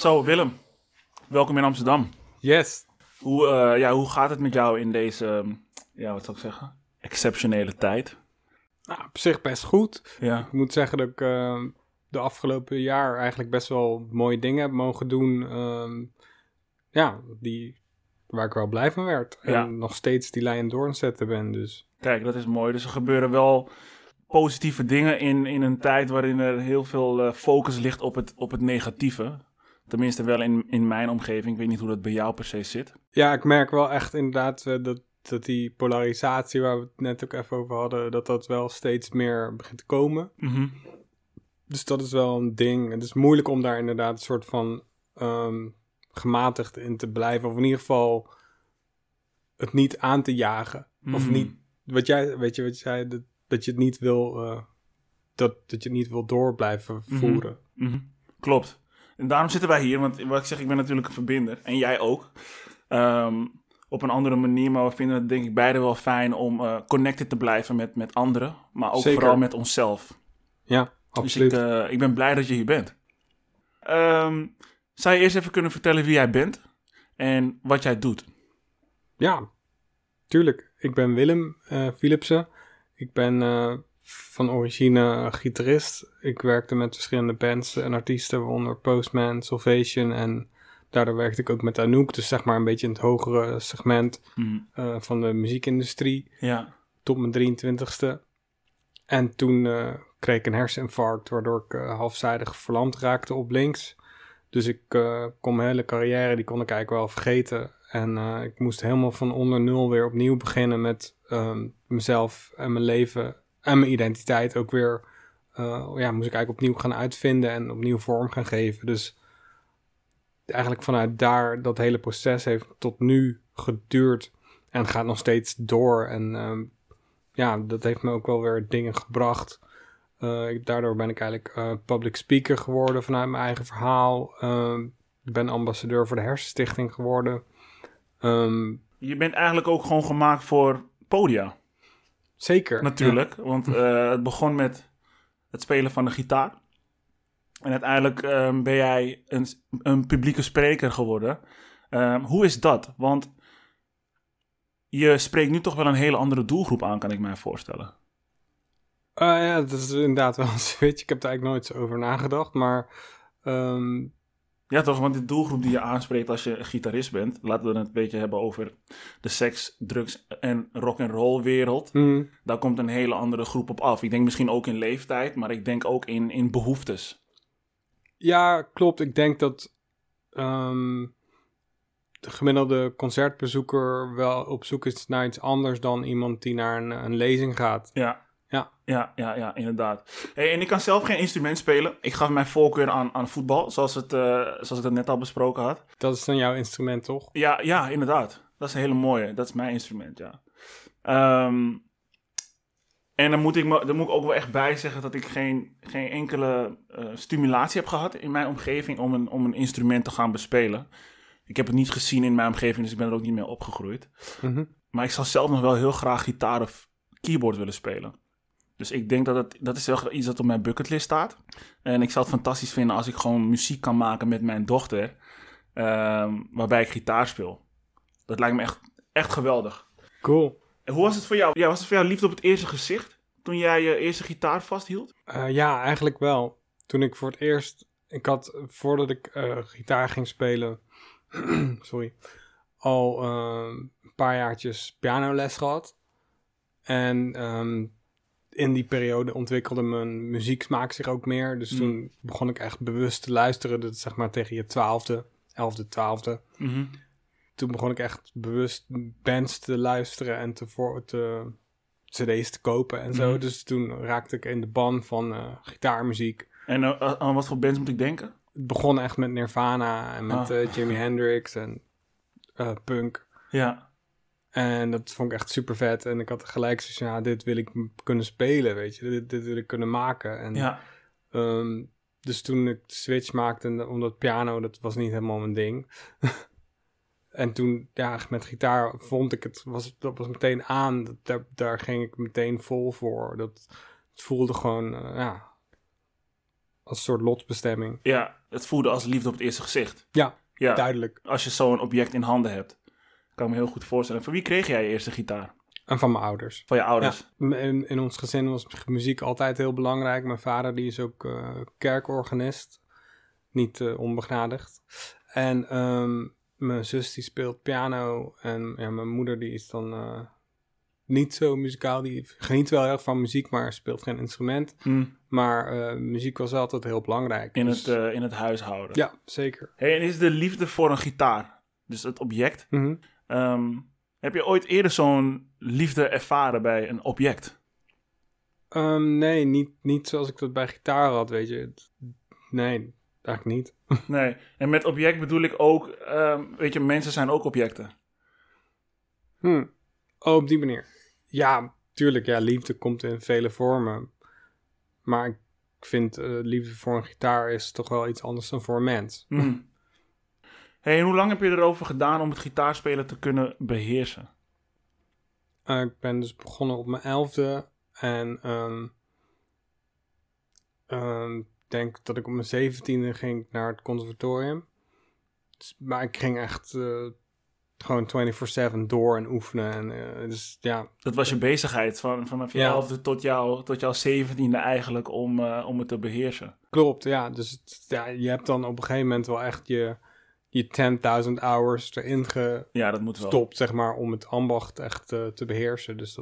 Zo, Willem. Welkom in Amsterdam. Yes. Hoe gaat het met jou in deze, wat zou ik zeggen, exceptionele tijd? Nou, op zich best goed. Ja. Ik moet zeggen dat ik de afgelopen jaar eigenlijk best wel mooie dingen heb mogen doen. Waar ik wel blij van werd. Ja. En nog steeds die lijn door aan het zetten ben. Dus. Kijk, dat is mooi. Dus er gebeuren wel positieve dingen in een tijd waarin er heel veel focus ligt op het negatieve. Tenminste wel in mijn omgeving. Ik weet niet hoe dat bij jou per se zit. Ja, ik merk wel echt inderdaad dat die polarisatie waar we het net ook even over hadden, dat wel steeds meer begint te komen. Mm-hmm. Dus dat is wel een ding. Het is moeilijk om daar inderdaad een soort van gematigd in te blijven. Of in ieder geval het niet aan te jagen. Mm. Of niet, wat je zei, dat je het niet wil, dat je het niet wil door blijven voeren. Mm-hmm. Klopt. En daarom zitten wij hier, want wat ik zeg, ik ben natuurlijk een verbinder. En jij ook. Op een andere manier, maar we vinden het denk ik beide wel fijn om connected te blijven met anderen. Maar ook Zeker. vooral met onszelf. Ja, absoluut. Dus ik ben blij dat je hier bent. Zou je eerst even kunnen vertellen wie jij bent en wat jij doet? Ja, tuurlijk. Ik ben Willem Philipsen. Ik ben van origine gitarist. Ik werkte met verschillende bands en artiesten, waaronder Postman, Salvation. En daardoor werkte ik ook met Anouk. Dus zeg maar een beetje in het hogere segment van de muziekindustrie. Ja. Tot mijn 23ste. En toen kreeg ik een herseninfarct, waardoor ik halfzijdig verlamd raakte op links. Dus ik kon mijn hele carrière, die kon ik eigenlijk wel vergeten. En ik moest helemaal van onder nul weer opnieuw beginnen met mezelf en mijn leven en mijn identiteit ook weer. Moest ik eigenlijk opnieuw gaan uitvinden en opnieuw vorm gaan geven. Dus eigenlijk vanuit daar, dat hele proces heeft tot nu geduurd en gaat nog steeds door. En dat heeft me ook wel weer dingen gebracht. Daardoor ben ik eigenlijk public speaker geworden vanuit mijn eigen verhaal. Ik ben ambassadeur voor de Hersenstichting geworden. Je bent eigenlijk ook gewoon gemaakt voor podia. Zeker. Natuurlijk, want het begon met het spelen van de gitaar. En uiteindelijk ben jij een publieke spreker geworden. Hoe is dat? Want je spreekt nu toch wel een hele andere doelgroep aan, kan ik mij voorstellen. Dat is inderdaad wel een switch. Ik heb er eigenlijk nooit zo over nagedacht, maar Ja toch, want de doelgroep die je aanspreekt als je gitarist bent, laten we het een beetje hebben over de seks, drugs en rock'n'roll wereld. Daar komt een hele andere groep op af. Ik denk misschien ook in leeftijd, maar ik denk ook in behoeftes. Ja, klopt. Ik denk dat de gemiddelde concertbezoeker wel op zoek is naar iets anders dan iemand die naar een lezing gaat. Ja, inderdaad. Hey, en ik kan zelf geen instrument spelen. Ik gaf mijn voorkeur aan voetbal, zoals ik dat net al besproken had. Dat is dan jouw instrument, toch? Ja, inderdaad. Dat is een hele mooie. Dat is mijn instrument, ja. En dan moet ik ook wel echt bij zeggen dat ik geen enkele stimulatie heb gehad in mijn omgeving om een instrument te gaan bespelen. Ik heb het niet gezien in mijn omgeving, dus ik ben er ook niet mee opgegroeid. Mm-hmm. Maar ik zou zelf nog wel heel graag gitaar of keyboard willen spelen. Dus ik denk dat is wel iets dat op mijn bucketlist staat. En ik zou het fantastisch vinden als ik gewoon muziek kan maken met mijn dochter. Waarbij ik gitaar speel. Dat lijkt me echt geweldig. Cool. En hoe was het voor jou? Ja, was het voor jou liefde op het eerste gezicht? Toen jij je eerste gitaar vasthield? Ja, eigenlijk wel. Toen ik voor het eerst... voordat ik gitaar ging spelen... sorry. Al een paar jaartjes pianoles gehad. En in die periode ontwikkelde mijn muzieksmaak zich ook meer. Dus toen begon ik echt bewust te luisteren. Dat is zeg maar tegen je 11e, 12e. Mm-hmm. Toen begon ik echt bewust bands te luisteren en cd's te kopen en zo. Dus toen raakte ik in de ban van gitaarmuziek. En aan wat voor bands moet ik denken? Het begon echt met Nirvana en met Jimi Hendrix en punk. Ja. En dat vond ik echt super vet. En ik had gelijk zoiets van, dit wil ik kunnen spelen, weet je. Dit wil ik kunnen maken. En, Ja. Dus toen ik de switch maakte, omdat piano, dat was niet helemaal mijn ding. En toen, met gitaar vond ik dat was meteen aan. Daar ging ik meteen vol voor. Het voelde gewoon, als soort lotsbestemming. Ja, het voelde als liefde op het eerste gezicht. Ja, Ja, duidelijk. als je zo'n object in handen hebt. Kan ik me heel goed voorstellen. Van wie kreeg jij je eerste gitaar? En van mijn ouders. Van je ouders? Ja, in ons gezin was muziek altijd heel belangrijk. Mijn vader die is ook kerkorganist. Niet onbegnadigd. En mijn zus die speelt piano. En mijn moeder die is dan niet zo muzikaal. Die geniet wel erg van muziek, maar speelt geen instrument. Maar muziek was altijd heel belangrijk. In het huishouden? Ja, zeker. Hey, en is de liefde voor een gitaar, dus het object... heb je ooit eerder zo'n liefde ervaren bij een object? Nee, niet zoals ik dat bij gitaar had, weet je. Nee, eigenlijk niet. Nee, en met object bedoel ik ook... weet je, mensen zijn ook objecten. Oh, op die manier. Ja, tuurlijk, ja, liefde komt in vele vormen. Maar ik vind liefde voor een gitaar is toch wel iets anders dan voor een mens. Hey, en hoe lang heb je erover gedaan om het gitaarspelen te kunnen beheersen? Ik ben dus begonnen op mijn 11e. En denk dat ik op mijn 17e ging naar het conservatorium. Maar ik ging echt gewoon 24/7 door en oefenen. En, dus ja. Dat was je bezigheid vanaf je 11e tot jouw 17e eigenlijk om het te beheersen. Klopt, ja. Dus je hebt dan op een gegeven moment wel echt je 10.000 hours erin gestopt, zeg maar, om het ambacht echt te beheersen. Dus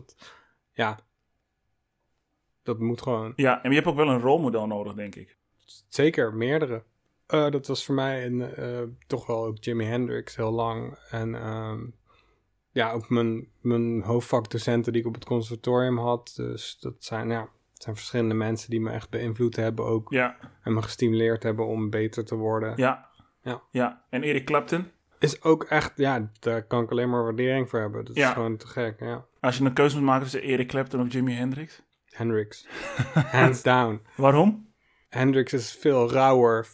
dat moet gewoon. Ja, en je hebt ook wel een rolmodel nodig, denk ik. Zeker, meerdere. Dat was voor mij toch wel ook Jimi Hendrix heel lang. En ook mijn hoofdvakdocenten die ik op het conservatorium had. Dus dat zijn verschillende mensen die me echt beïnvloed hebben ook. Ja. En me gestimuleerd hebben om beter te worden. Ja. En Eric Clapton? Is ook echt, daar kan ik alleen maar waardering voor hebben. Dat is gewoon te gek, ja. Als je een keuze moet maken tussen Eric Clapton of Jimi Hendrix? Hendrix. Hands down. Waarom? Hendrix is veel rauwer,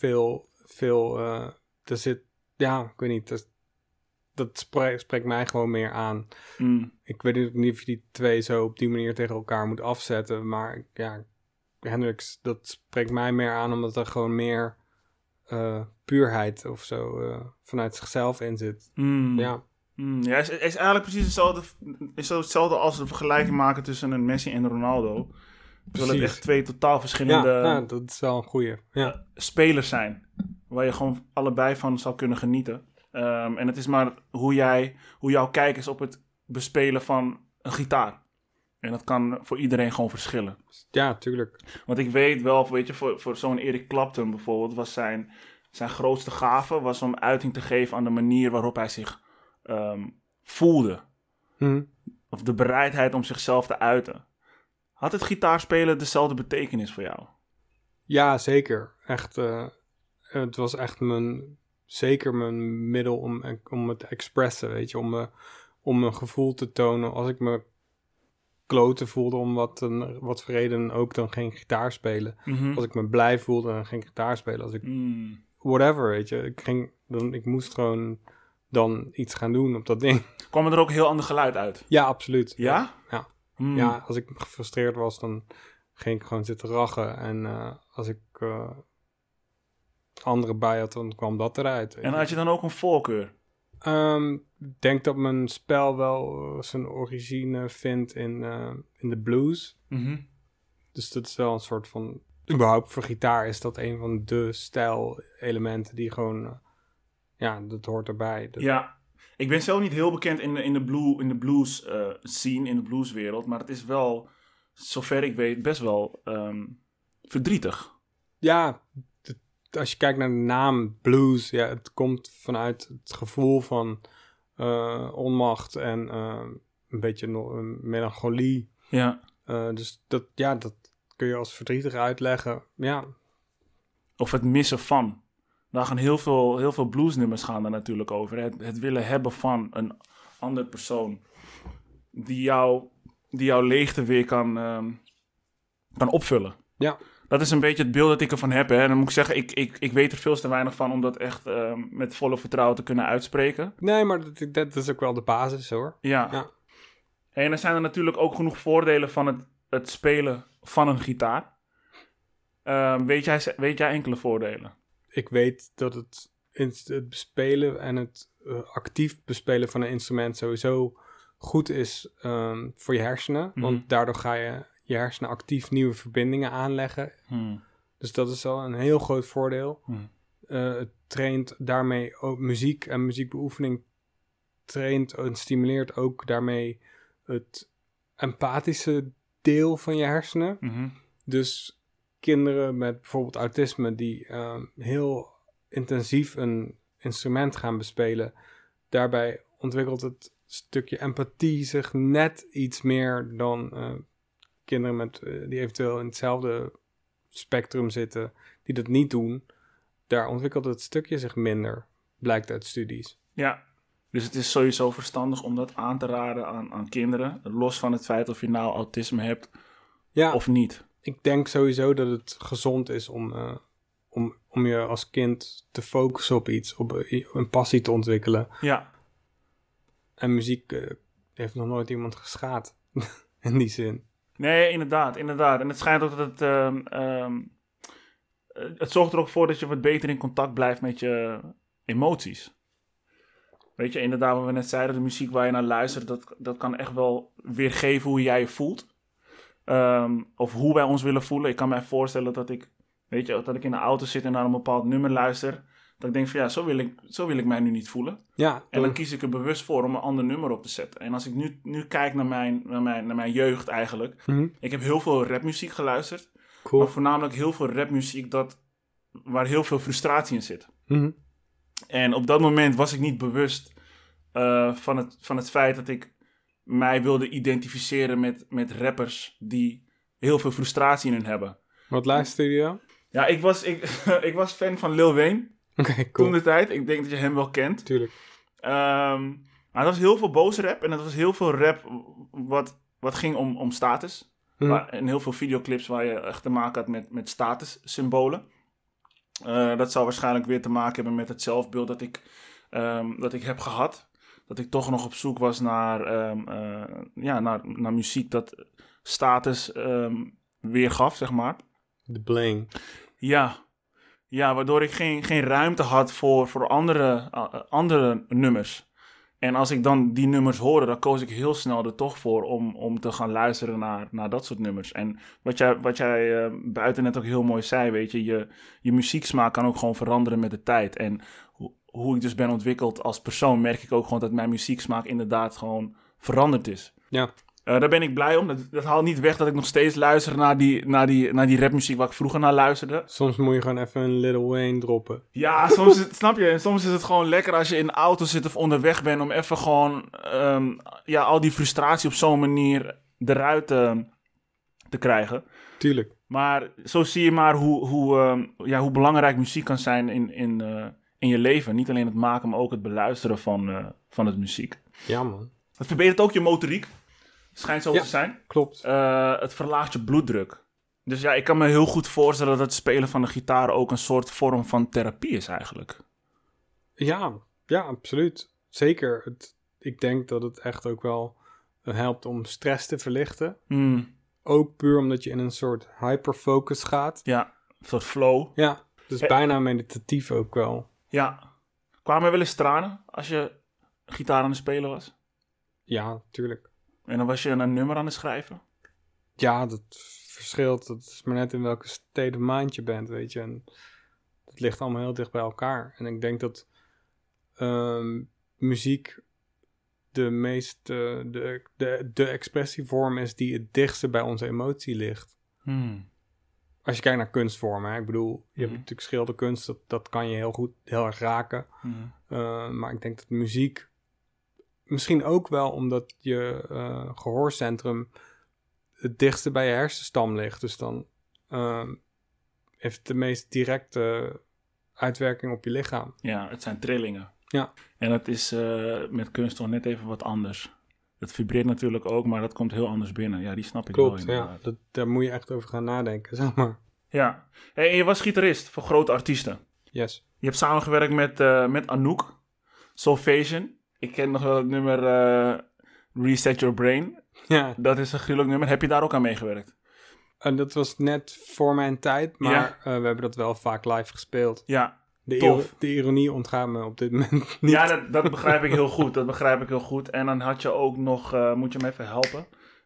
er zit, ik weet niet, dat spreekt mij gewoon meer aan. Ik weet niet of je die twee zo op die manier tegen elkaar moet afzetten, maar Hendrix, dat spreekt mij meer aan omdat er gewoon meer puurheid of zo vanuit zichzelf in zit. Ja, is eigenlijk precies hetzelfde als de vergelijking maken tussen een Messi en een Ronaldo. Terwijl het echt twee totaal verschillende dat is wel een goeie. Spelers zijn. Waar je gewoon allebei van zou kunnen genieten. En het is maar hoe jouw kijk is op het bespelen van een gitaar. En dat kan voor iedereen gewoon verschillen. Ja, tuurlijk. Want ik weet wel, weet je, voor zo'n Eric Clapton bijvoorbeeld, was zijn grootste gave was om uiting te geven aan de manier waarop hij zich voelde. Of de bereidheid om zichzelf te uiten. Had het gitaarspelen dezelfde betekenis voor jou? Ja, zeker. Echt, het was echt zeker mijn middel om het te expressen, weet je. Om mijn gevoel te tonen. Als ik me kloten voelde om wat voor reden ook, dan geen gitaar spelen. Als ik me blij voelde, dan geen gitaar spelen. Als ik whatever, weet je. Ik moest gewoon dan iets gaan doen op dat ding. Kwam er ook een heel ander geluid uit? Ja, absoluut. Ja? Ja. Ja, als ik gefrustreerd was, dan ging ik gewoon zitten rachen. En als ik anderen bij had, dan kwam dat eruit. En had je dan ook een voorkeur? Ik denk dat mijn spel wel zijn origine vindt in de blues. Dus dat is wel een soort van... Überhaupt voor gitaar is dat een van de stijlelementen die gewoon... dat hoort erbij. Ja, ik ben zelf niet heel bekend in de blues scene, in de blueswereld. Maar het is wel, zover ik weet, best wel verdrietig. Ja, als je kijkt naar de naam blues, het komt vanuit het gevoel van onmacht en een beetje melancholie. Ja. Dus dat kun je als verdrietig uitleggen. Ja. Of het missen van. Daar gaan heel veel bluesnummers gaan er natuurlijk over. Het willen hebben van een andere persoon die jouw leegte weer kan opvullen. Ja. Dat is een beetje het beeld dat ik ervan heb. Hè. En dan moet ik zeggen, ik weet er veel te weinig van om dat echt met volle vertrouwen te kunnen uitspreken. Nee, maar dat is ook wel de basis, hoor. Ja. En er zijn er natuurlijk ook genoeg voordelen van het spelen van een gitaar. Weet jij enkele voordelen? Ik weet dat het bespelen en het actief bespelen van een instrument sowieso goed is voor je hersenen. Want daardoor ga je hersenen actief nieuwe verbindingen aanleggen. Dus dat is al een heel groot voordeel. Het traint daarmee ook muziek en muziekbeoefening traint en stimuleert ook daarmee het empathische deel van je hersenen. Dus kinderen met bijvoorbeeld autisme die heel intensief een instrument gaan bespelen, daarbij ontwikkelt het stukje empathie zich net iets meer dan kinderen die eventueel in hetzelfde spectrum zitten, die dat niet doen. Daar ontwikkelt het stukje zich minder, blijkt uit studies. Ja, dus het is sowieso verstandig om dat aan te raden aan kinderen, los van het feit of je nou autisme hebt of niet. Ik denk sowieso dat het gezond is om je als kind te focussen op iets, op een passie te ontwikkelen. Ja. En muziek heeft nog nooit iemand geschaad, in die zin. Nee, inderdaad. En het schijnt ook dat het zorgt er ook voor dat je wat beter in contact blijft met je emoties. Weet je, inderdaad, wat we net zeiden, de muziek waar je naar luistert, dat kan echt wel weergeven hoe jij je voelt. Of hoe wij ons willen voelen. Ik kan mij voorstellen dat ik in de auto zit en naar een bepaald nummer luister. Dat ik denk van ja, zo wil ik mij nu niet voelen. Ja, en dan kies ik er bewust voor om een ander nummer op te zetten. En als ik nu kijk naar mijn jeugd eigenlijk. Ik heb heel veel rapmuziek geluisterd. Cool. Maar voornamelijk heel veel rapmuziek waar heel veel frustratie in zit. En op dat moment was ik niet bewust van het feit dat ik mij wilde identificeren met rappers die heel veel frustratie in hun hebben. Wat luisterde je dan? Ja, ik was fan van Lil Wayne. Oké, cool. Toen de tijd. Ik denk dat je hem wel kent. Tuurlijk. Maar het was heel veel boze rap. En het was heel veel rap wat ging om status. En heel veel videoclips waar je echt te maken had met statussymbolen. Dat zou waarschijnlijk weer te maken hebben met het zelfbeeld dat ik heb gehad. Dat ik toch nog op zoek was naar muziek dat status weergaf, zeg maar. De bling. Ja, waardoor ik geen ruimte had voor andere nummers. En als ik dan die nummers hoorde, dan koos ik heel snel er toch voor om te gaan luisteren naar dat soort nummers. En wat jij buiten net ook heel mooi zei, weet je muzieksmaak kan ook gewoon veranderen met de tijd. En hoe ik dus ben ontwikkeld als persoon, merk ik ook gewoon dat mijn muzieksmaak inderdaad gewoon veranderd is. Ja. Daar ben ik blij om. Dat haalt niet weg dat ik nog steeds luister naar die rapmuziek waar ik vroeger naar luisterde. Soms moet je gewoon even een Lil Wayne droppen. Ja, soms snap je. En soms is het gewoon lekker als je in de auto zit of onderweg bent om even gewoon al die frustratie op zo'n manier eruit te krijgen. Tuurlijk. Maar zo zie je maar hoe belangrijk muziek kan zijn in je leven. Niet alleen het maken, maar ook het beluisteren van het muziek. Ja, man. Het verbetert ook je motoriek. Schijnt zo te zijn. Klopt. Het verlaagt je bloeddruk. Dus ja, ik kan me heel goed voorstellen dat het spelen van de gitaar ook een soort vorm van therapie is eigenlijk. Ja, absoluut. Zeker. Ik denk dat het echt ook wel helpt om stress te verlichten. Ook puur omdat je in een soort hyperfocus gaat. Ja, een soort flow. Ja, dus bijna meditatief ook wel. Ja. Kwamen er wel eens tranen als je gitaar aan het spelen was? Ja, tuurlijk. En dan was je een nummer aan het schrijven? Ja, dat verschilt. Dat is maar net in welke state of mind je bent, weet je. En dat ligt allemaal heel dicht bij elkaar. En ik denk dat muziek de expressievorm is die het dichtste bij onze emotie ligt. Als je kijkt naar kunstvormen, hè. Ik bedoel, je hebt natuurlijk schilderkunst, dat kan je heel erg raken. Maar ik denk dat muziek, misschien ook wel omdat je gehoorcentrum het dichtste bij je hersenstam ligt. Dus dan heeft het de meest directe uitwerking op je lichaam. Ja, het zijn trillingen. Ja. En dat is met kunst toch net even wat anders. Het vibreert natuurlijk ook, maar dat komt heel anders binnen. Ja, die snap ik Klopt, wel inderdaad. Ja. Daar moet je echt over gaan nadenken, zeg maar. Ja. Hey, en je was gitarist voor grote artiesten. Yes. Je hebt samengewerkt met Anouk, Soulphasian. Ik ken nog wel het nummer Reset Your Brain. Ja. Dat is een gruwelijk nummer. Heb je daar ook aan meegewerkt? En dat was net voor mijn tijd, maar we hebben dat wel vaak live gespeeld. Ja, De ironie ontgaat me op dit moment niet. Ja, dat begrijp ik heel goed. En dan had je ook nog, moet je me even helpen?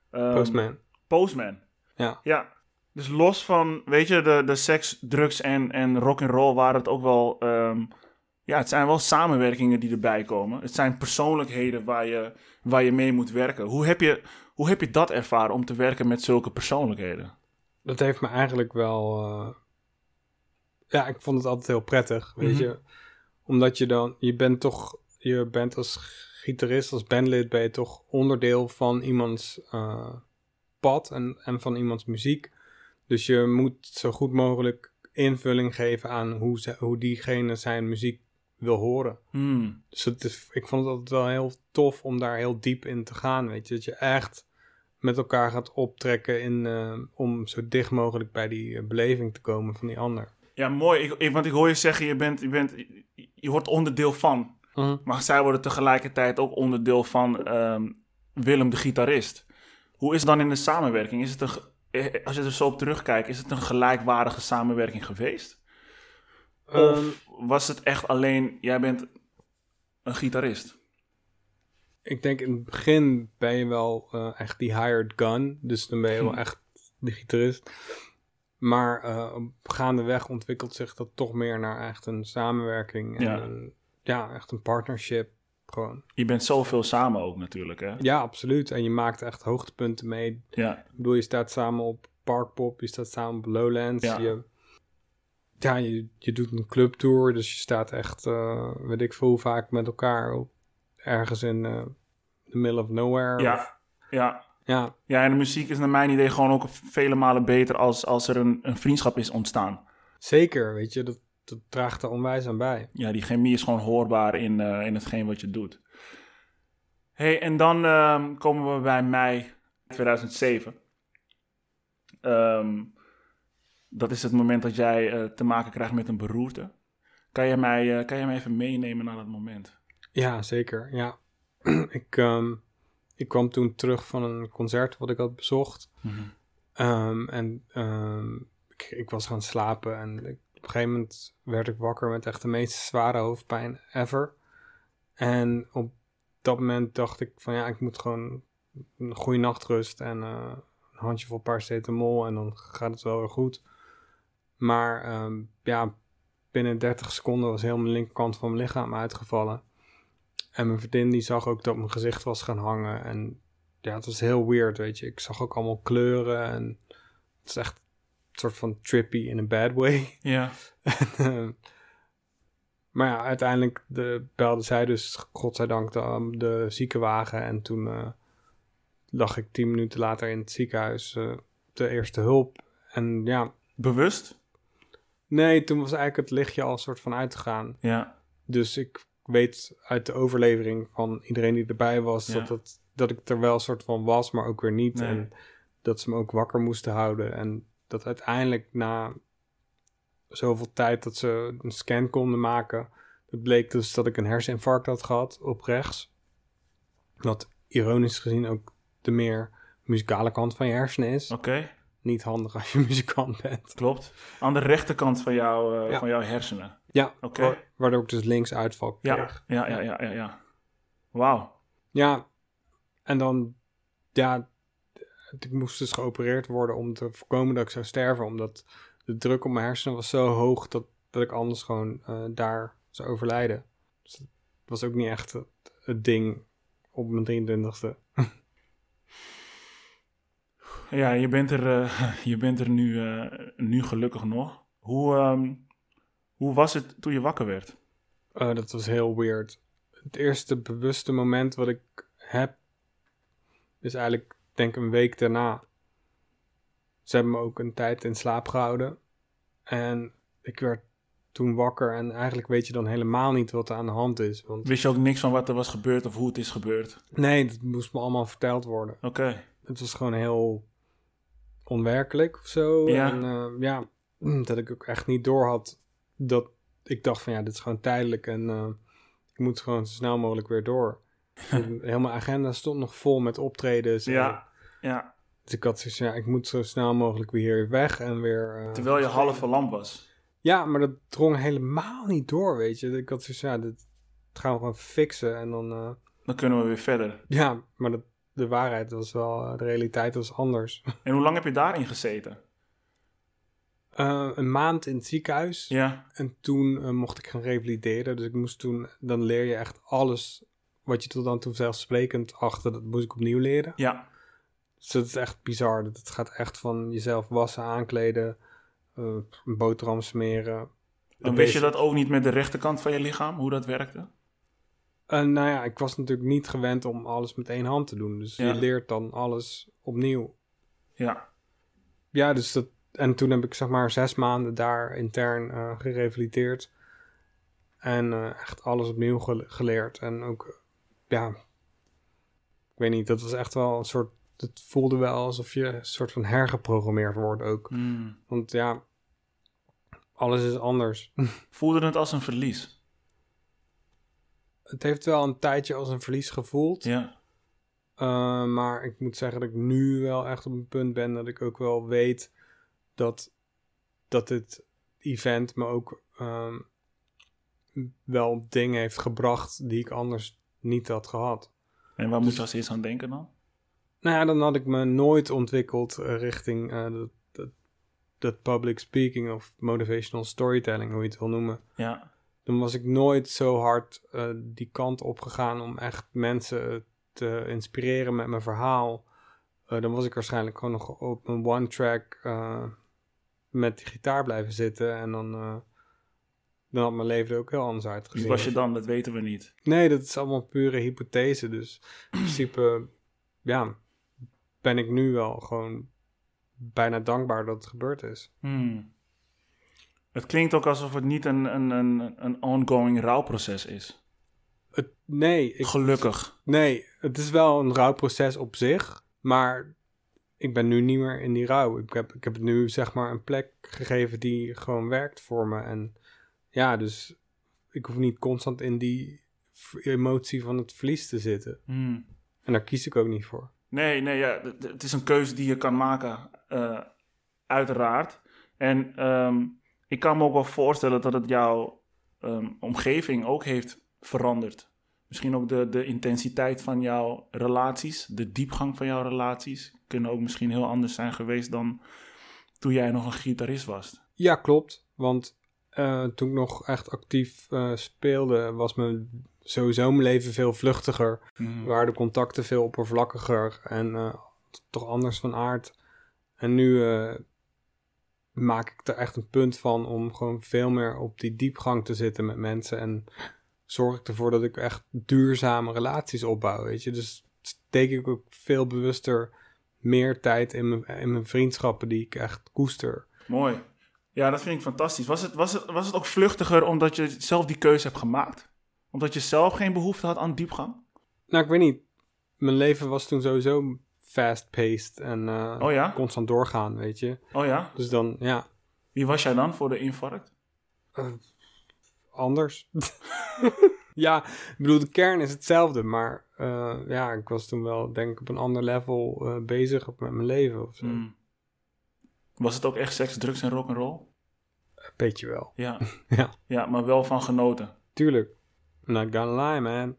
Postman. Ja. Dus los van, weet je, de seks, drugs en rock'n'roll waren het ook wel... het zijn wel samenwerkingen die erbij komen. Het zijn persoonlijkheden waar je mee moet werken. Hoe heb je dat ervaren om te werken met zulke persoonlijkheden? Dat heeft me eigenlijk wel... ik vond het altijd heel prettig, weet je. Omdat je bent als gitarist, als bandlid, ben je toch onderdeel van iemands pad en van iemands muziek. Dus je moet zo goed mogelijk invulling geven aan hoe diegene zijn muziek wil horen. Dus ik vond het altijd wel heel tof om daar heel diep in te gaan, weet je. Dat je echt met elkaar gaat optrekken om zo dicht mogelijk bij die beleving te komen van die ander. Ja, mooi. Want ik hoor je zeggen, je wordt onderdeel van. Maar zij worden tegelijkertijd ook onderdeel van Willem de gitarist. Hoe is het dan in de samenwerking? Als je er zo op terugkijkt, is het een gelijkwaardige samenwerking geweest? Of was het echt alleen, jij bent een gitarist? Ik denk in het begin ben je wel echt die hired gun. Dus dan ben je wel echt de gitarist. Maar gaandeweg ontwikkelt zich dat toch meer naar echt een samenwerking. En echt een partnership. Gewoon. Je bent zoveel samen ook natuurlijk, hè? Ja, absoluut. En je maakt echt hoogtepunten mee. Ja. Ik bedoel, je staat samen op Parkpop, je staat samen op Lowlands. Ja. Je doet een clubtour, dus je staat echt, weet ik veel hoe vaak met elkaar ergens in the middle of nowhere. Ja, en de muziek is naar mijn idee gewoon ook vele malen beter als er een vriendschap is ontstaan. Zeker, weet je, dat draagt er onwijs aan bij. Ja, die chemie is gewoon hoorbaar in hetgeen wat je doet. Hey, en dan komen we bij mei 2007. Dat is het moment dat jij te maken krijgt met een beroerte. Kan je mij even meenemen naar dat moment? Ja, zeker. Ja. Ik kwam toen terug van een concert wat ik had bezocht. Ik was gaan slapen en op een gegeven moment werd ik wakker met echt de meest zware hoofdpijn ever. En op dat moment dacht ik van ik moet gewoon een goede nachtrust en een handjevol paracetamol en dan gaat het wel weer goed. Maar binnen 30 seconden was heel mijn linkerkant van mijn lichaam uitgevallen. En mijn vriendin die zag ook dat mijn gezicht was gaan hangen. En het was heel weird, weet je. Ik zag ook allemaal kleuren en het is echt een soort van trippy in a bad way. Ja. Maar uiteindelijk belde zij dus, godzijdank, de ziekenwagen. En toen lag ik 10 minuten later in het ziekenhuis de eerste hulp. En bewust? Nee, toen was eigenlijk het lichtje al een soort van uitgegaan. Ja. Dus ik weet uit de overlevering van iedereen die erbij was... dat ik er wel een soort van was, maar ook weer niet. Nee. En dat ze me ook wakker moesten houden. En dat uiteindelijk na zoveel tijd dat ze een scan konden maken... het bleek dus dat ik een herseninfarct had gehad op rechts. Wat ironisch gezien ook de meer muzikale kant van je hersenen is. Oké. Niet handig als je muzikant bent. Klopt. Aan de rechterkant van jouw hersenen. Ja, waardoor ik dus links uitval kreeg. Ja. Wauw. Ja, en dan... ik moest dus geopereerd worden om te voorkomen dat ik zou sterven. Omdat de druk op mijn hersenen was zo hoog dat ik anders gewoon daar zou overlijden. Dus dat was ook niet echt het ding op mijn 23e. Ja, je bent er nu gelukkig nog. Hoe was het toen je wakker werd? Dat was heel weird. Het eerste bewuste moment wat ik heb... is eigenlijk, denk ik, een week daarna. Ze hebben me ook een tijd in slaap gehouden. En ik werd toen wakker. En eigenlijk weet je dan helemaal niet wat er aan de hand is. Want... Wist je ook niks van wat er was gebeurd of hoe het is gebeurd? Nee, dat moest me allemaal verteld worden. Oké. Het was gewoon heel onwerkelijk of zo. Ja. En dat ik ook echt niet door had dat ik dacht van dit is gewoon tijdelijk. En ik moet gewoon zo snel mogelijk weer door. Heel mijn agenda stond nog vol met optredens. Ja. Dus ik had zoiets van, ik moet zo snel mogelijk weer weg en weer... Terwijl je half verlamd was. Ja, maar dat drong helemaal niet door, weet je. Ik had zoiets van, dit gaan we gewoon fixen en dan... Dan kunnen we weer verder. Ja, maar de waarheid was wel... de realiteit was anders. En hoe lang heb je daarin gezeten? Een maand in het ziekenhuis. Ja. En toen mocht ik gaan revalideren. Dus ik moest toen... Dan leer je echt alles wat je tot dan toe zelfsprekend achter... Dat moest ik opnieuw leren. Ja. Dus dat is echt bizar. Het gaat echt van jezelf wassen, aankleden... een boterham smeren. En wist je dat ook niet met de rechterkant van je lichaam? Hoe dat werkte? Nou ja, ik was natuurlijk niet gewend om alles met één hand te doen. Dus je leert dan alles opnieuw. Ja. Ja, dus dat... En toen heb ik zeg maar 6 maanden daar intern gerevalideerd. En echt alles opnieuw geleerd. En ook, ja... Ik weet niet, dat was echt wel een soort... Het voelde wel alsof je een soort van hergeprogrammeerd wordt ook. Want ja, alles is anders. Voelde het als een verlies? Het heeft wel een tijdje als een verlies gevoeld. Ja. Maar ik moet zeggen dat ik nu wel echt op een punt ben... dat ik ook wel weet dat dit event me ook wel dingen heeft gebracht... die ik anders niet had gehad. En waar moet je als eerst aan denken dan? Nou ja, dan had ik me nooit ontwikkeld richting dat public speaking... of motivational storytelling, hoe je het wil noemen. Ja. Dan was ik nooit zo hard die kant op gegaan om echt mensen te inspireren met mijn verhaal. Dan was ik waarschijnlijk gewoon nog op een one-track met die gitaar blijven zitten. En dan had mijn leven er ook heel anders uitgezien. Wie was je dan? Dat weten we niet. Nee, dat is allemaal pure hypothese. Dus in principe, ja, ben ik nu wel gewoon bijna dankbaar dat het gebeurd is. Het klinkt ook alsof het niet een ongoing rouwproces is. Gelukkig. Nee, het is wel een rouwproces op zich. Maar ik ben nu niet meer in die rouw. Ik heb het nu zeg maar een plek gegeven die gewoon werkt voor me. En ja, dus ik hoef niet constant in die emotie van het verlies te zitten. En daar kies ik ook niet voor. Nee, ja, het is een keuze die je kan maken. Uiteraard. En ik kan me ook wel voorstellen dat het jouw omgeving ook heeft veranderd. Misschien ook de intensiteit van jouw relaties, de diepgang van jouw relaties... kunnen ook misschien heel anders zijn geweest dan toen jij nog een gitarist was. Ja, klopt. Want toen ik nog echt actief speelde, was sowieso mijn leven veel vluchtiger. Waren de contacten veel oppervlakkiger en toch anders van aard. En nu maak ik er echt een punt van om gewoon veel meer op die diepgang te zitten met mensen. En zorg ik ervoor dat ik echt duurzame relaties opbouw, weet je. Dus steek ik ook veel bewuster meer tijd in mijn vriendschappen die ik echt koester. Mooi. Ja, dat vind ik fantastisch. Was het ook vluchtiger omdat je zelf die keuze hebt gemaakt? Omdat je zelf geen behoefte had aan diepgang? Nou, ik weet niet. Mijn leven was toen sowieso fast-paced en constant doorgaan, weet je. Oh ja? Dus dan, ja. Wie was jij dan voor de infarct? Anders. Ja, ik bedoel, de kern is hetzelfde, maar ik was toen wel, denk ik, op een ander level bezig met mijn leven of zo. Was het ook echt seks, drugs en rock'n'roll? Beetje wel. Ja. Ja. Ja, maar wel van genoten. Tuurlijk. Not gonna lie, man.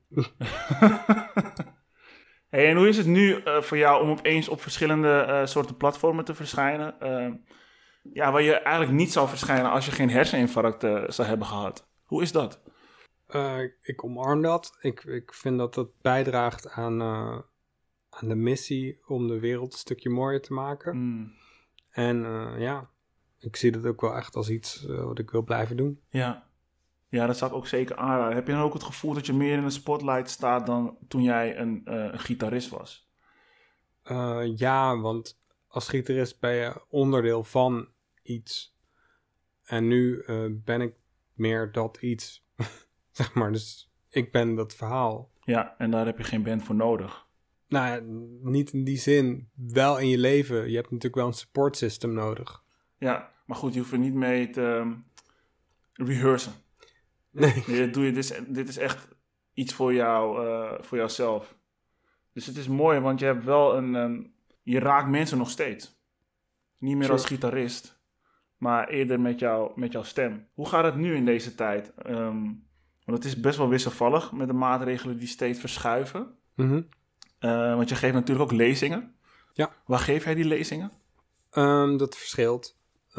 Hey, en hoe is het nu voor jou om opeens op verschillende soorten platformen te verschijnen? Waar je eigenlijk niet zou verschijnen als je geen herseninfarct zou hebben gehad. Hoe is dat? Ik omarm dat. Ik vind dat dat bijdraagt aan de missie om de wereld een stukje mooier te maken. En ik zie dat ook wel echt als iets wat ik wil blijven doen. Ja, dat zou ik ook zeker aanraden. Heb je dan ook het gevoel dat je meer in de spotlight staat dan toen jij een gitarist was? Ja, want als gitarist ben je onderdeel van iets. En nu ben ik meer dat iets. Zeg maar, dus ik ben dat verhaal. Ja, en daar heb je geen band voor nodig. Nou ja, niet in die zin. Wel in je leven. Je hebt natuurlijk wel een support system nodig. Ja, maar goed, je hoeft er niet mee te rehearsen. Nee. Dit doe je, dit is echt iets voor jou, voor jouzelf. Dus het is mooi, want je hebt wel je raakt mensen nog steeds. Niet meer True. als gitarist, maar eerder met jouw stem. Hoe gaat het nu in deze tijd? Want het is best wel wisselvallig met de maatregelen die steeds verschuiven. Mhm. Want je geeft natuurlijk ook lezingen. Ja. Waar geef jij die lezingen? Dat verschilt.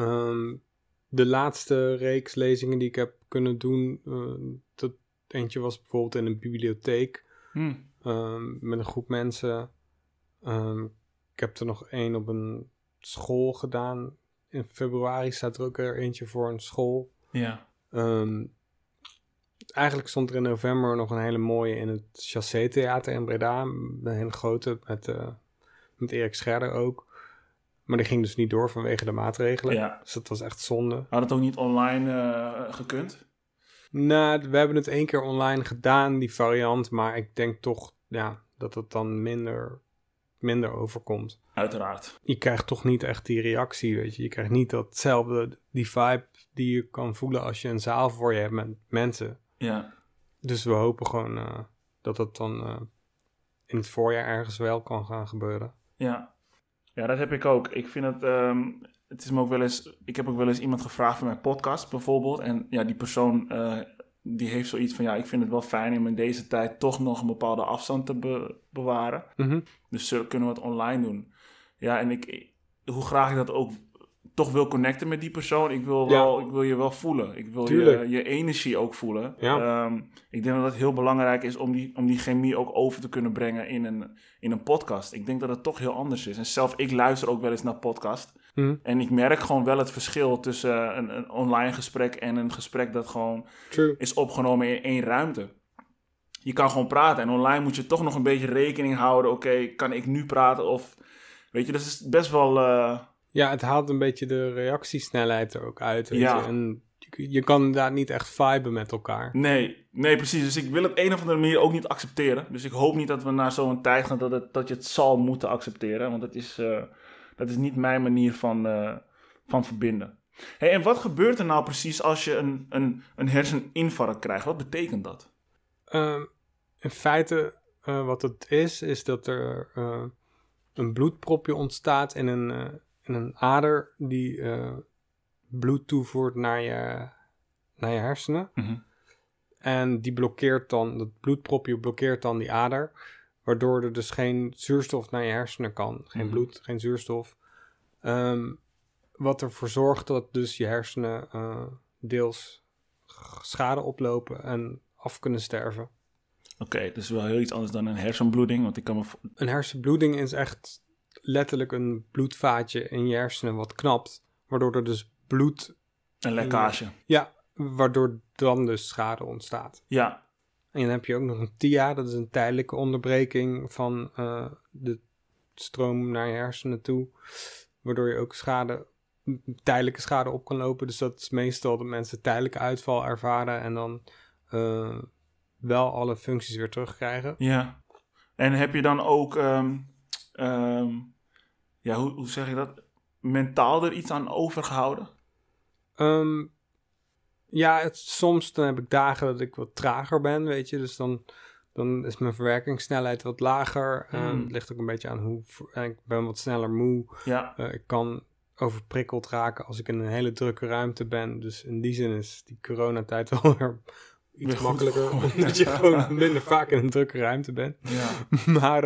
De laatste reeks lezingen die ik heb kunnen doen, dat eentje was bijvoorbeeld in een bibliotheek met een groep mensen. Ik heb er nog één op een school gedaan. In februari staat er ook weer eentje voor een school. Ja. Eigenlijk stond er in november nog een hele mooie in het Chassé Theater in Breda. Een hele grote met Erik Scherder ook. Maar die ging dus niet door vanwege de maatregelen. Ja. Dus dat was echt zonde. Had het ook niet online gekund? Nou, we hebben het 1 keer online gedaan, die variant. Maar ik denk toch dat het dan minder overkomt. Uiteraard. Je krijgt toch niet echt die reactie, weet je. Je krijgt niet datzelfde, die vibe die je kan voelen als je een zaal voor je hebt met mensen. Ja. Dus we hopen gewoon dat het dan in het voorjaar ergens wel kan gaan gebeuren. Ja. Ja, dat heb ik ook. Ik vind het is me ook wel eens, ik heb ook wel eens iemand gevraagd voor mijn podcast bijvoorbeeld. En ja, die persoon die heeft zoiets van, ik vind het wel fijn om in deze tijd toch nog een bepaalde afstand te bewaren. Mhm. Dus kunnen we het online doen. Ja, en hoe graag ik dat ook toch wil connecten met die persoon. Ik wil je wel voelen. Ik wil je energie ook voelen. Ja. Ik denk dat het heel belangrijk is om die chemie ook over te kunnen brengen in een podcast. Ik denk dat het toch heel anders is. En zelf, ik luister ook wel eens naar podcast. Mhm. En ik merk gewoon wel het verschil tussen een online gesprek en een gesprek dat gewoon is opgenomen in 1 ruimte. Je kan gewoon praten en online moet je toch nog een beetje rekening houden. Oké, kan ik nu praten of... Weet je, dat is best wel... Ja, het haalt een beetje de reactiesnelheid er ook uit. Weet Ja. je? En je kan inderdaad niet echt viben met elkaar. Nee, precies. Dus ik wil het een of andere manier ook niet accepteren. Dus ik hoop niet dat we naar zo'n tijd gaan dat je het zal moeten accepteren. Want dat is niet mijn manier van verbinden. Hey, en wat gebeurt er nou precies als je een herseninfarct krijgt? Wat betekent dat? In feite, wat het is dat er een bloedpropje ontstaat in een ader die bloed toevoert naar je hersenen. Mm-hmm. En die blokkeert dan, dat bloedpropje blokkeert dan die ader, waardoor er dus geen zuurstof naar je hersenen kan. Geen bloed, geen zuurstof. Wat ervoor zorgt dat dus je hersenen deels schade oplopen en af kunnen sterven. Oké, dus wel heel iets anders dan een hersenbloeding. Want ik kan me... Een hersenbloeding is echt letterlijk een bloedvaatje in je hersenen wat knapt, waardoor er dus bloed... Een lekkage. Ja, waardoor dan dus schade ontstaat. Ja. En dan heb je ook nog een TIA, dat is een tijdelijke onderbreking van de stroom naar je hersenen toe, waardoor je ook tijdelijke schade op kan lopen. Dus dat is meestal dat mensen tijdelijke uitval ervaren en dan wel alle functies weer terugkrijgen. Ja. En heb je dan ook, hoe zeg je dat, mentaal er iets aan overgehouden? Ja, soms dan heb ik dagen dat ik wat trager ben, weet je. Dus dan is mijn verwerkingssnelheid wat lager. Het ligt ook een beetje aan ik ben wat sneller moe. Ja. Ik kan overprikkeld raken als ik in een hele drukke ruimte ben. Dus in die zin is die coronatijd wel weer iets makkelijker. Omdat je gewoon minder vaak in een drukke ruimte bent. Ja. Maar,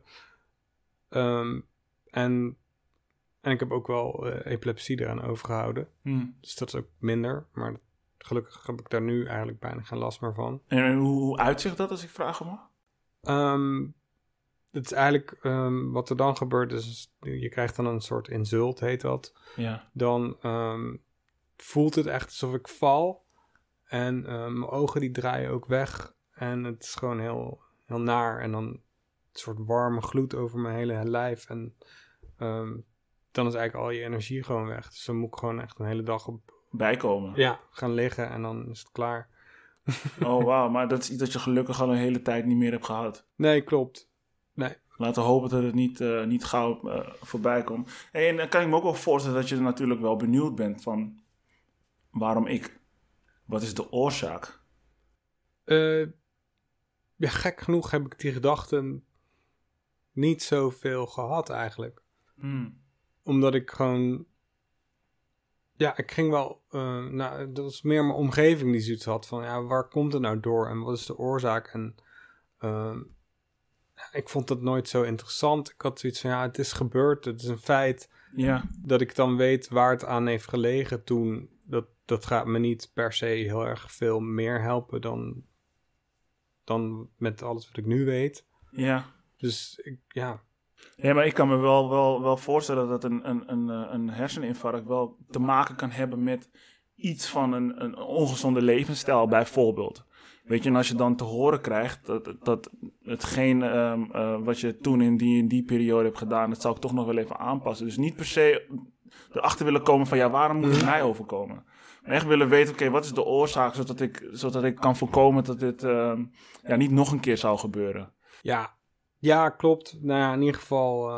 en ik heb ook wel epilepsie eraan overgehouden. Dus dat is ook minder. Maar gelukkig heb ik daar nu eigenlijk bijna geen last meer van. En hoe uitzicht dat, als ik vragen mag? Het is eigenlijk wat er dan gebeurt is, je krijgt dan een soort insult, heet dat. Ja. Dan voelt het echt alsof ik val. En mijn ogen die draaien ook weg. En het is gewoon heel, heel naar. En dan een soort warme gloed over mijn hele lijf. En dan is eigenlijk al je energie gewoon weg. Dus dan moet ik gewoon echt een hele dag bijkomen. Gaan liggen en dan is het klaar. Oh, wauw. Maar dat is iets dat je gelukkig al een hele tijd niet meer hebt gehad. Nee, klopt. Nee. Laten we hopen dat het niet gauw voorbij komt. Hey, en dan kan ik me ook wel voorstellen dat je er natuurlijk wel benieuwd bent van... Waarom ik? Wat is de oorzaak? Gek genoeg heb ik die gedachten niet zoveel gehad eigenlijk. Omdat ik gewoon... Ja, ik ging wel... dat was meer mijn omgeving die zoiets had van... Ja, waar komt het nou door? En wat is de oorzaak? En ik vond dat nooit zo interessant. Ik had zoiets van... Ja, het is gebeurd. Het is een feit. Ja. Dat ik dan weet waar het aan heeft gelegen toen... Dat gaat me niet per se heel erg veel meer helpen dan met alles wat ik nu weet. Ja. Dus ja... Ja, maar ik kan me wel voorstellen dat een herseninfarct wel te maken kan hebben met iets van een ongezonde levensstijl bijvoorbeeld. Weet je, en als je dan te horen krijgt dat hetgeen wat je toen in die periode hebt gedaan, dat zou ik toch nog wel even aanpassen. Dus niet per se erachter willen komen van, ja, waarom moet het mij overkomen? Maar echt willen weten, oké, wat is de oorzaak, zodat ik kan voorkomen dat dit niet nog een keer zou gebeuren. Ja, klopt. Nou ja, in ieder geval...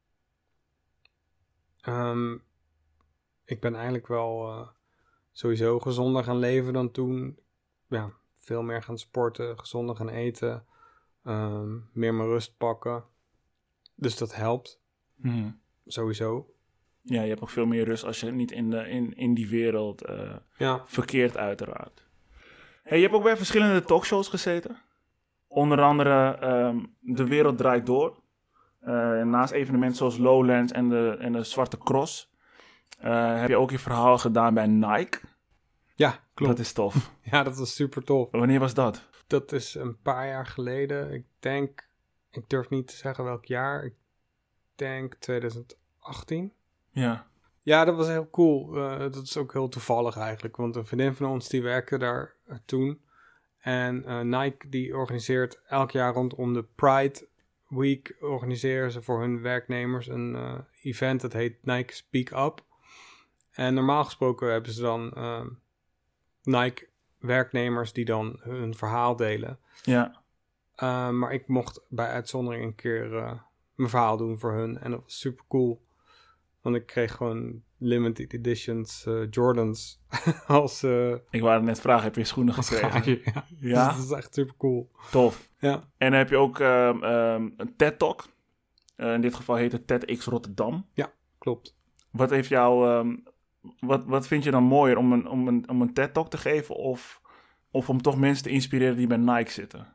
ik ben eigenlijk wel sowieso gezonder gaan leven dan toen. Ja, veel meer gaan sporten, gezonder gaan eten. Meer mijn rust pakken. Dus dat helpt. Sowieso. Ja, je hebt ook veel meer rust als je niet in die wereld verkeert uiteraard. Hey, je hebt ook bij verschillende talkshows gezeten. Onder andere De Wereld Draait Door. Naast evenementen zoals Lowlands en de Zwarte Cross. Heb je ook je verhaal gedaan bij Nike. Ja, klopt. Dat is tof. Ja, dat was super tof. Wanneer was dat? Dat is een paar jaar geleden. Ik durf niet te zeggen welk jaar. Ik denk 2018. Ja. Ja, dat was heel cool. Dat is ook heel toevallig eigenlijk. Want een vriendin van ons die werkte daar toen. En Nike die organiseert elk jaar rondom de Pride Week... organiseren ze voor hun werknemers een event. Dat heet Nike Speak Up. En normaal gesproken hebben ze dan Nike werknemers die dan hun verhaal delen. Ja. Maar ik mocht bij uitzondering een keer mijn verhaal doen voor hun. En dat was super cool. Want ik kreeg gewoon limited editions Jordans als... Ik wou net vragen, heb je schoenen gekregen? Ja. Dus dat is echt super cool. Tof. Ja. En dan heb je ook een TED-talk. In dit geval heet het TEDx Rotterdam. Ja, klopt. Wat heeft jou... Wat vind je dan mooier om een TED-talk te geven of om toch mensen te inspireren die bij Nike zitten?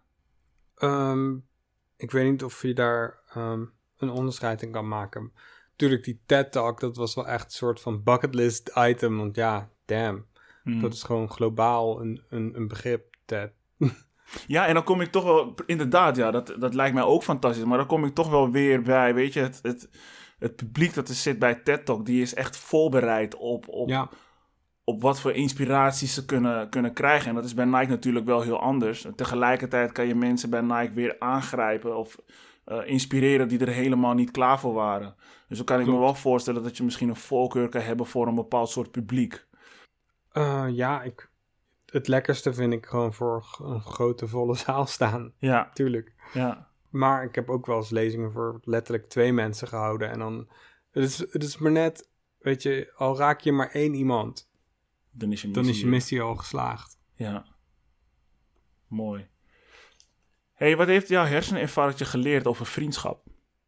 Ik weet niet of je daar een onderscheid in kan maken. Natuurlijk, die TED-talk, dat was wel echt een soort van bucketlist item. Want ja, damn. Dat is gewoon globaal een begrip, TED. Ja, en dan kom ik toch wel... Inderdaad, ja, dat lijkt mij ook fantastisch. Maar dan kom ik toch wel weer bij, weet je... Het publiek dat er zit bij TED Talk, die is echt voorbereid op wat voor inspiraties ze kunnen krijgen. En dat is bij Nike natuurlijk wel heel anders. En tegelijkertijd kan je mensen bij Nike weer aangrijpen of inspireren die er helemaal niet klaar voor waren. Dus dan kan ik me wel voorstellen dat je misschien een voorkeur kan hebben voor een bepaald soort publiek. Het lekkerste vind ik gewoon voor een grote volle zaal staan. Ja. Tuurlijk. Ja. Maar ik heb ook wel eens lezingen voor letterlijk 2 mensen gehouden. En dan, het is maar net, weet je, al raak je maar 1 iemand. Dan is je missie al geslaagd. Ja. Mooi. Hey, wat heeft jouw herseninfarctje geleerd over vriendschap?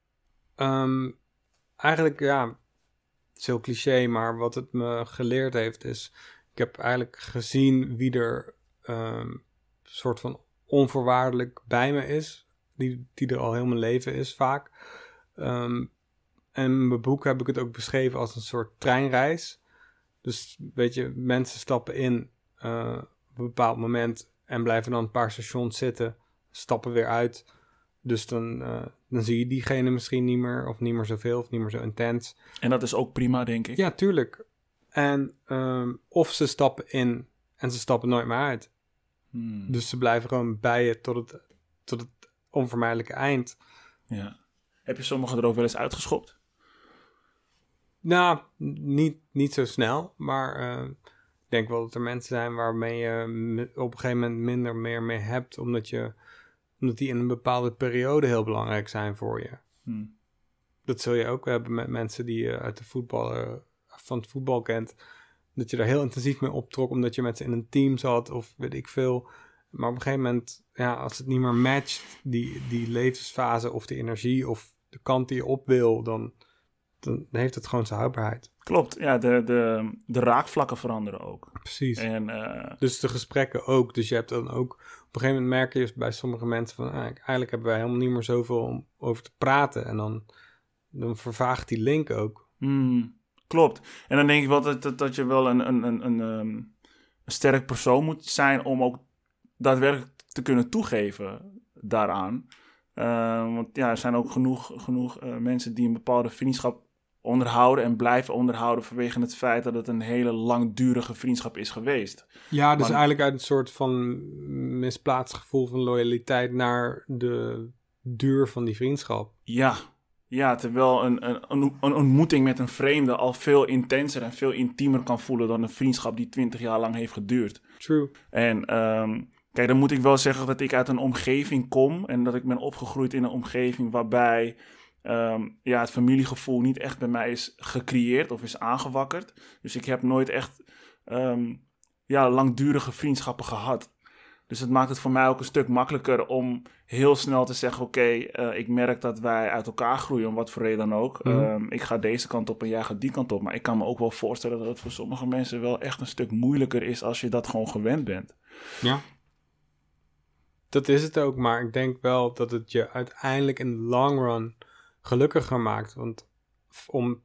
Eigenlijk, ja, het is heel cliché, maar wat het me geleerd heeft is... Ik heb eigenlijk gezien wie er soort van onvoorwaardelijk bij me is. Die er al heel mijn leven is vaak. En in mijn boek heb ik het ook beschreven als een soort treinreis. Dus weet je, mensen stappen in op een bepaald moment en blijven dan een paar stations zitten. Stappen weer uit. Dus dan zie je diegene misschien niet meer, of niet meer zoveel, of niet meer zo intens. En dat is ook prima, denk ik. Ja, tuurlijk. En of ze stappen in en ze stappen nooit meer uit. Dus ze blijven gewoon bij je tot het onvermijdelijke eind. Ja. Heb je sommigen er ook wel eens uitgeschopt? Nou, niet zo snel. Maar ik denk wel dat er mensen zijn waarmee je op een gegeven moment minder meer mee hebt. Omdat die in een bepaalde periode heel belangrijk zijn voor je. Dat zul je ook hebben met mensen die je uit van het voetbal kent. Dat je daar heel intensief mee optrok omdat je met ze in een team zat of weet ik veel. Maar op een gegeven moment, ja, als het niet meer matcht, die levensfase of de energie of de kant die je op wil, dan dan heeft het gewoon zijn houdbaarheid. Klopt, ja, de raakvlakken veranderen ook. Precies. En, dus de gesprekken ook. Dus je hebt dan ook... Op een gegeven moment merk je bij sommige mensen van... eigenlijk hebben wij helemaal niet meer zoveel om over te praten. En dan vervaagt die link ook. Klopt. En dan denk ik wel dat je wel een sterk persoon moet zijn... om ook daadwerkelijk te kunnen toegeven daaraan. Want ja, er zijn ook genoeg mensen die een bepaalde vriendschap onderhouden en blijven onderhouden vanwege het feit dat het een hele langdurige vriendschap is geweest. Ja, dus eigenlijk uit een soort van misplaatst gevoel van loyaliteit naar de duur van die vriendschap. Ja, terwijl een ontmoeting met een vreemde al veel intenser en veel intiemer kan voelen dan een vriendschap die 20 jaar lang heeft geduurd. True. En kijk, dan moet ik wel zeggen dat ik uit een omgeving kom en dat ik ben opgegroeid in een omgeving waarbij het familiegevoel niet echt bij mij is gecreëerd of is aangewakkerd. Dus ik heb nooit echt langdurige vriendschappen gehad. Dus het maakt het voor mij ook een stuk makkelijker om heel snel te zeggen... oké, ik merk dat wij uit elkaar groeien, om wat voor reden dan ook. Ik ga deze kant op en jij gaat die kant op. Maar ik kan me ook wel voorstellen dat het voor sommige mensen wel echt een stuk moeilijker is... als je dat gewoon gewend bent. Ja. Dat is het ook, maar ik denk wel dat het je uiteindelijk in de long run gelukkiger maakt. Want om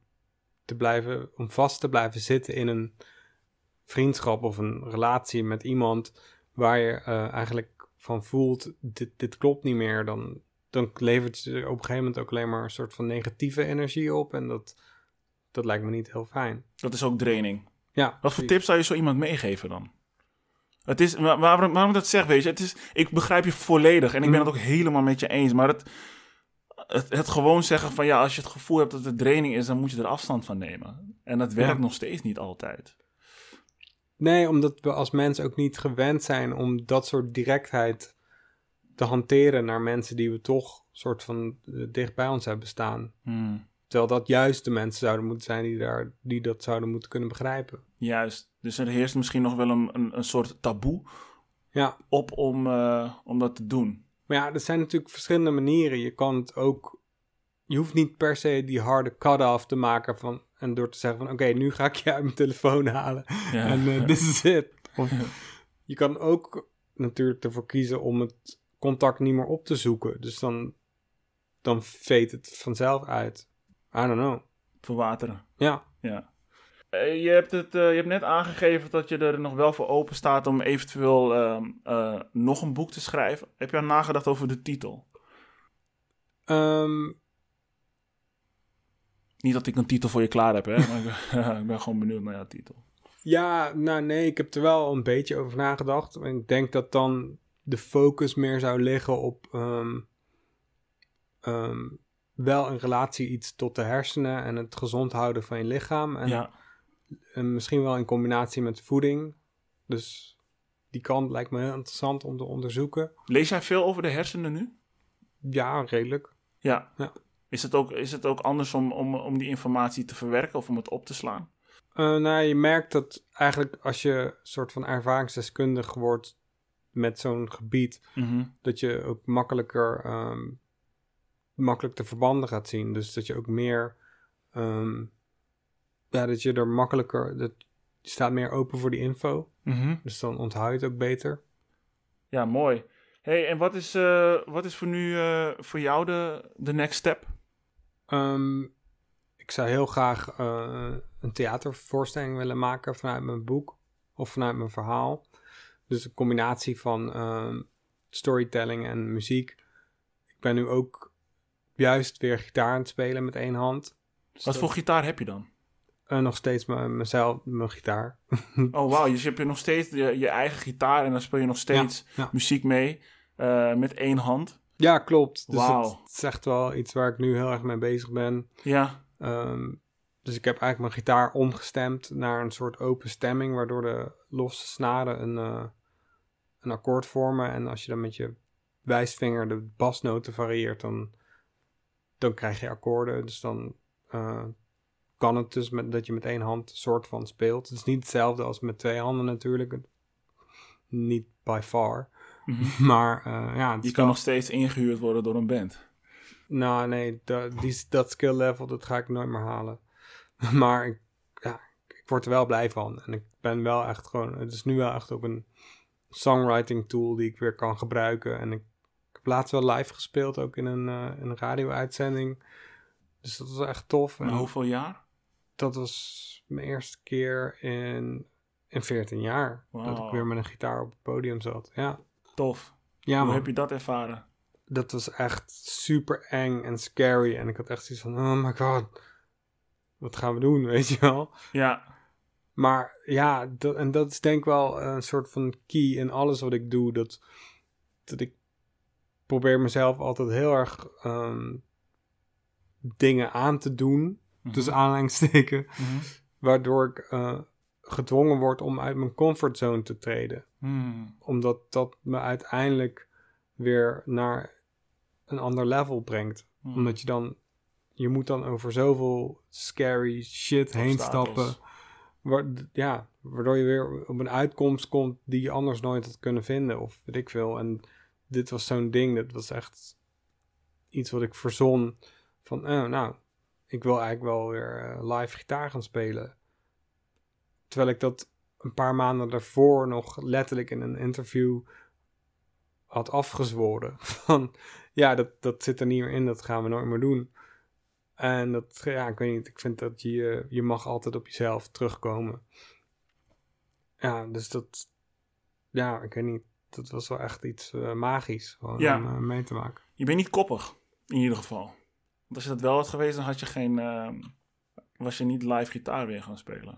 vast te blijven zitten in een vriendschap of een relatie met iemand waar je eigenlijk van voelt, dit klopt niet meer, dan levert het op een gegeven moment ook alleen maar een soort van negatieve energie op. En dat lijkt me niet heel fijn. Dat is ook draining. Ja, wat voor tips zou je zo iemand meegeven dan? Het is, waarom ik dat zeg, weet je, ik begrijp je volledig en ik ben het ook helemaal met je eens, maar het gewoon zeggen van ja, als je het gevoel hebt dat het draining is, dan moet je er afstand van nemen. En dat werkt nog steeds niet altijd. Nee, omdat we als mensen ook niet gewend zijn om dat soort directheid te hanteren naar mensen die we toch soort van dicht bij ons hebben staan. Terwijl dat juist de mensen zouden moeten zijn die dat zouden moeten kunnen begrijpen. Juist. Dus er heerst misschien nog wel een soort taboe op om dat te doen. Maar ja, er zijn natuurlijk verschillende manieren. Je hoeft niet per se die harde cut-off te maken en door te zeggen van oké, nu ga ik je uit mijn telefoon halen. Ja. En this is it. Of, je kan ook natuurlijk ervoor kiezen om het contact niet meer op te zoeken. Dus dan veet het vanzelf uit. I don't know. Verwateren. Ja. Je hebt net aangegeven dat je er nog wel voor open staat om eventueel nog een boek te schrijven. Heb je al nagedacht over de titel? Niet dat ik een titel voor je klaar heb, hè? Maar ik ben gewoon benieuwd naar jouw titel. Ja, nou nee, ik heb er wel een beetje over nagedacht. En ik denk dat dan de focus meer zou liggen op wel in relatie iets tot de hersenen en het gezond houden van je lichaam. En misschien wel in combinatie met voeding. Dus die kant lijkt me heel interessant om te onderzoeken. Lees jij veel over de hersenen nu? Ja, redelijk. Ja. Is het ook anders om die informatie te verwerken of om het op te slaan? Je merkt dat eigenlijk als je soort van ervaringsdeskundig wordt met zo'n gebied, dat je ook makkelijk de verbanden gaat zien. Dus dat je ook meer, dat je er makkelijker, je staat meer open voor die info. Dus dan onthoud je het ook beter. Ja, mooi. Hey, en wat is voor nu voor jou de next step? Ik zou heel graag een theatervoorstelling willen maken vanuit mijn boek of vanuit mijn verhaal. Dus een combinatie van storytelling en muziek. Ik ben nu ook juist weer gitaar aan het spelen met één hand. Dus wat voor gitaar heb je dan? Nog steeds mijn gitaar. Oh, wauw. Dus je hebt nog steeds je eigen gitaar en dan speel je nog steeds muziek mee met één hand. Ja, klopt. Dus wow. het is echt wel iets waar ik nu heel erg mee bezig ben. Ja. Dus ik heb eigenlijk mijn gitaar omgestemd naar een soort open stemming, waardoor de losse snaren een akkoord vormen. En als je dan met je wijsvinger de basnoten varieert, dan krijg je akkoorden. Dus dan kan het dus dat je met één hand soort van speelt. Het is niet hetzelfde als met twee handen natuurlijk. Niet by far. Maar je kan nog steeds ingehuurd worden door een band. Nou, nee, dat skill level, dat ga ik nooit meer halen. Maar ik word er wel blij van. En ik ben wel echt gewoon... Het is nu wel echt ook een songwriting tool die ik weer kan gebruiken. En ik heb laatst wel live gespeeld, ook in een radio-uitzending. Dus dat was echt tof. En hoeveel jaar? Dat was mijn eerste keer in 14 jaar. Wow. Dat ik weer met een gitaar op het podium zat. Ja. Tof. Ja, Hoe man. heb je dat ervaren? Dat was echt super eng en scary. En ik had echt zoiets van, oh my god, wat gaan we doen, weet je wel? Ja. Maar ja, dat is denk ik wel een soort van key in alles wat ik doe. Dat ik probeer mezelf altijd heel erg dingen aan te doen, tussen aanhalingstekens, waardoor ik gedwongen word om uit mijn comfortzone te treden. Omdat dat me uiteindelijk weer naar een ander level brengt. Omdat je moet dan over zoveel scary shit heen stappen. Waardoor je weer op een uitkomst komt die je anders nooit had kunnen vinden. Of weet ik veel. En dit was zo'n ding. Dat was echt iets wat ik verzon. Van, ik wil eigenlijk wel weer live gitaar gaan spelen. Terwijl ik dat een paar maanden daarvoor nog letterlijk in een interview had afgezworen. Van, dat zit er niet meer in. Dat gaan we nooit meer doen. En ik weet niet. Ik vind dat je mag altijd op jezelf terugkomen. Ja, dus ik weet niet. Dat was wel echt iets magisch om mee te maken. Je bent niet koppig, in ieder geval. Want als je dat wel had geweest, dan had je was je niet live gitaar weer gaan spelen.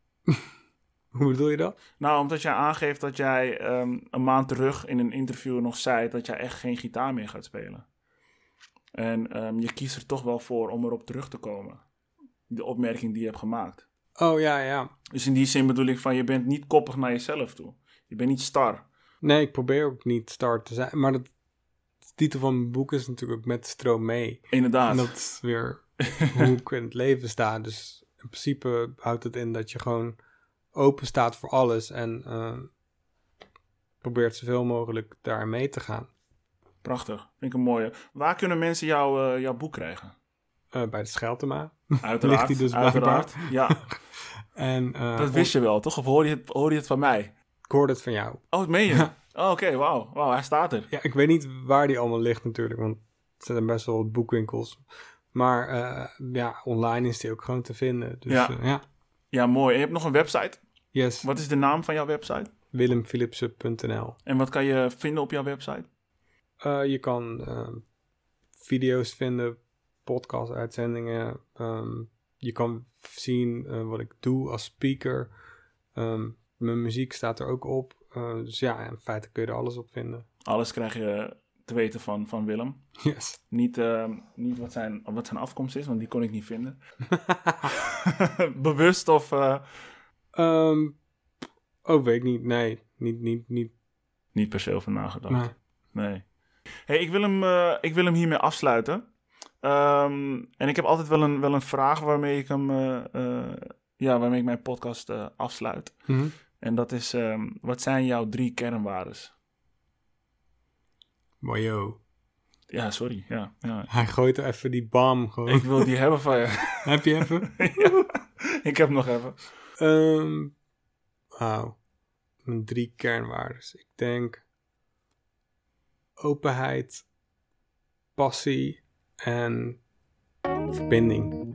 Hoe bedoel je dat? Nou, omdat jij aangeeft dat jij een maand terug in een interview nog zei dat jij echt geen gitaar meer gaat spelen. En je kiest er toch wel voor om erop terug te komen. De opmerking die je hebt gemaakt. Oh, ja. Dus in die zin bedoel ik van, je bent niet koppig naar jezelf toe. Je bent niet star. Nee, ik probeer ook niet star te zijn. Maar de titel van mijn boek is natuurlijk ook Met de stroom mee. Inderdaad. En dat is weer hoe ik in het leven sta. Dus in principe houdt het in dat je gewoon open staat voor alles. En probeert zoveel mogelijk daar mee te gaan. Prachtig. Vind ik een mooie. Waar kunnen mensen jouw boek krijgen? Bij de Scheltema. Uiteraard. Ligt die dus uiteraard. Ja. En, dat wist je wel, toch? Of hoorde je het van mij? Ik hoorde het van jou. Oh, dat meen je? Ja. Oh, oké, wauw, hij staat er. Ja, ik weet niet waar die allemaal ligt natuurlijk, want het zijn best wel wat boekwinkels. Maar online is die ook gewoon te vinden. Dus, ja, mooi. En je hebt nog een website? Yes. Wat is de naam van jouw website? WillemPhilipsen.nl. En wat kan je vinden op jouw website? Je kan video's vinden, podcast-uitzendingen. Je kan zien wat ik doe als speaker. Mijn muziek staat er ook op. Dus ja, in feite kun je er alles op vinden. Alles krijg je te weten van Willem. Yes. Niet wat zijn afkomst is, want die kon ik niet vinden. Bewust of... weet ik niet. Nee, niet. Niet per se over nagedacht. Nee. Hey, ik wil hem hiermee afsluiten. En ik heb altijd wel een vraag waarmee ik waarmee ik mijn podcast afsluit. Mm-hmm. En dat is, wat zijn jouw 3 kernwaardes? Wajo. Ja, sorry. Ja. Hij gooit er even die bam gewoon. Ik wil die hebben van je. Heb je even? Ja, ik heb nog even. Mijn 3 kernwaardes. Ik denk openheid, passie en verbinding.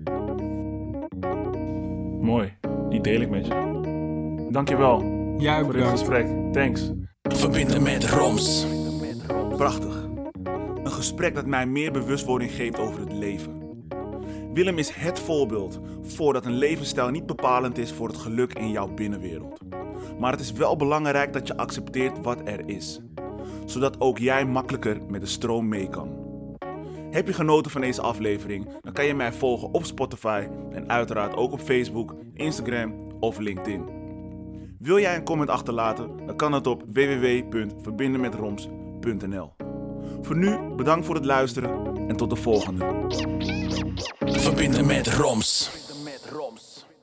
Mooi. Die deel ik met je. Dankjewel voor dit gesprek. Thanks. Verbinden met Roms. Prachtig. Een gesprek dat mij meer bewustwording geeft over het leven. Willem is het voorbeeld voor dat een levensstijl niet bepalend is voor het geluk in jouw binnenwereld. Maar het is wel belangrijk dat je accepteert wat er is. Zodat ook jij makkelijker met de stroom mee kan. Heb je genoten van deze aflevering? Dan kan je mij volgen op Spotify en uiteraard ook op Facebook, Instagram of LinkedIn. Wil jij een comment achterlaten? Dan kan dat op www.verbindenmetroms.nl. Voor nu bedankt voor het luisteren en tot de volgende. Verbinden met Roms.